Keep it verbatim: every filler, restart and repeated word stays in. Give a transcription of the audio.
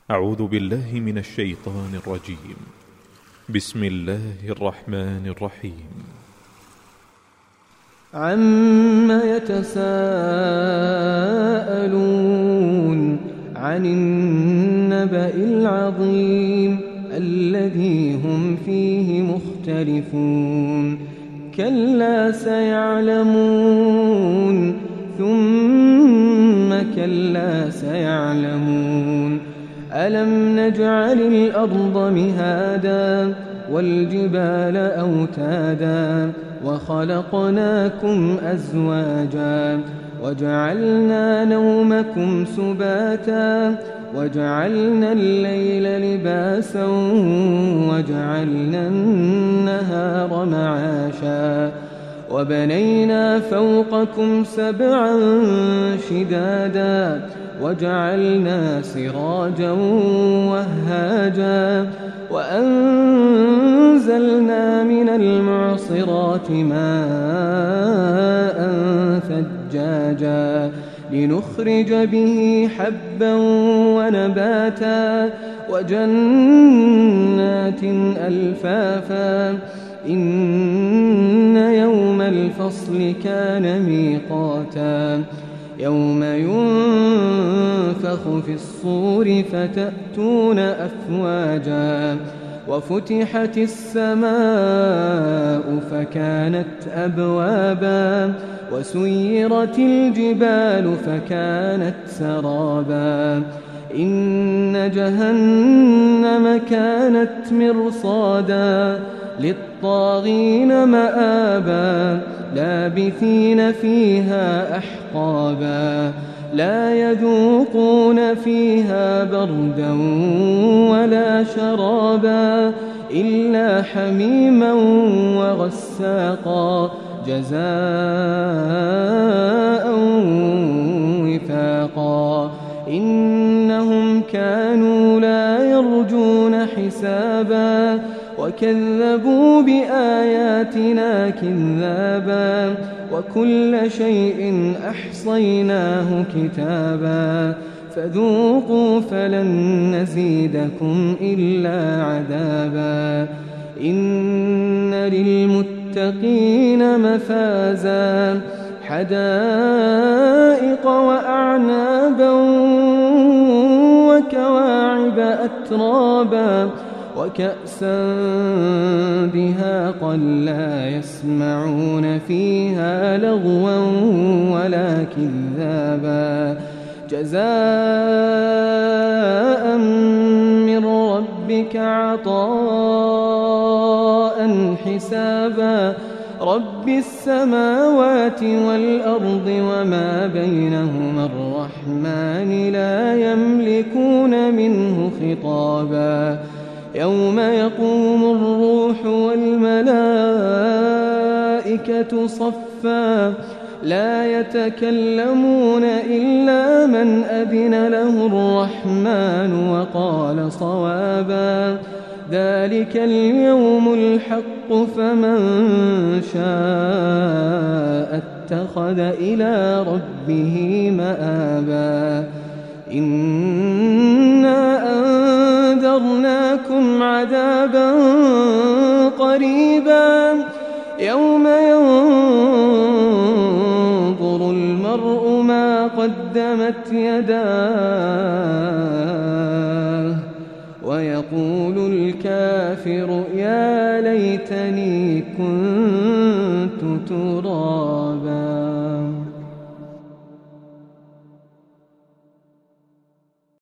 أعوذ بالله من الشيطان الرجيم. بسم الله الرحمن الرحيم. عَمَّ يتساءلون عن النبأ العظيم الذي هم فيه مختلفون كلا سيعلمون ثم كلا سيعلمون ألم نجعل الأرض مهادا والجبال أوتادا وخلقناكم أزواجا وجعلنا نومكم سباتا وجعلنا الليل لباسا وجعلنا النهار معاشا وبنينا فوقكم سبعا شدادا وجعلنا سراجا وهاجا وأنزلنا من المعصرات ماء ثجاجا لنخرج به حبا ونباتا وجنات ألفافا إن يوم الفصل كان ميقاتا يوم ينفخ في الصور فتأتون أفواجا وفتحت السماء فكانت أبوابا وسيرت الجبال فكانت سرابا إن جهنم كانت مرصادا للطاغين مآبا لابثين فيها أحقابا لا يذوقون فيها بردا ولا شرابا إلا حميما وغساقا جزاء وفاقا إنهم كانوا لا يرجون حسابا وكذبوا بآياتنا كذابا وكل شيء أحصيناه كتابا فذوقوا فلن نزيدكم إلا عذابا إن للمتقين مفازا حدائق وأعنابا وكواعب أترابا وكأسا دهاقا لا يسمعون فيها لغوا ولا كذابا جزاء من ربك عطاء حسابا رب السماوات والأرض وما بينهما الرحمن لا يملكون منه خطابا يوم يقوم الروح والملائكة صفا لا يتكلمون إلا من أذن له الرحمن وقال صوابا ذلك اليوم الحق فمن شاء اتخذ إلى ربه مآبا إنا أنذرناكم عذابا قريبا يوم ينظر المرء ما قدمت يداه ويقول الكافر يا ليتني كنت ترابا.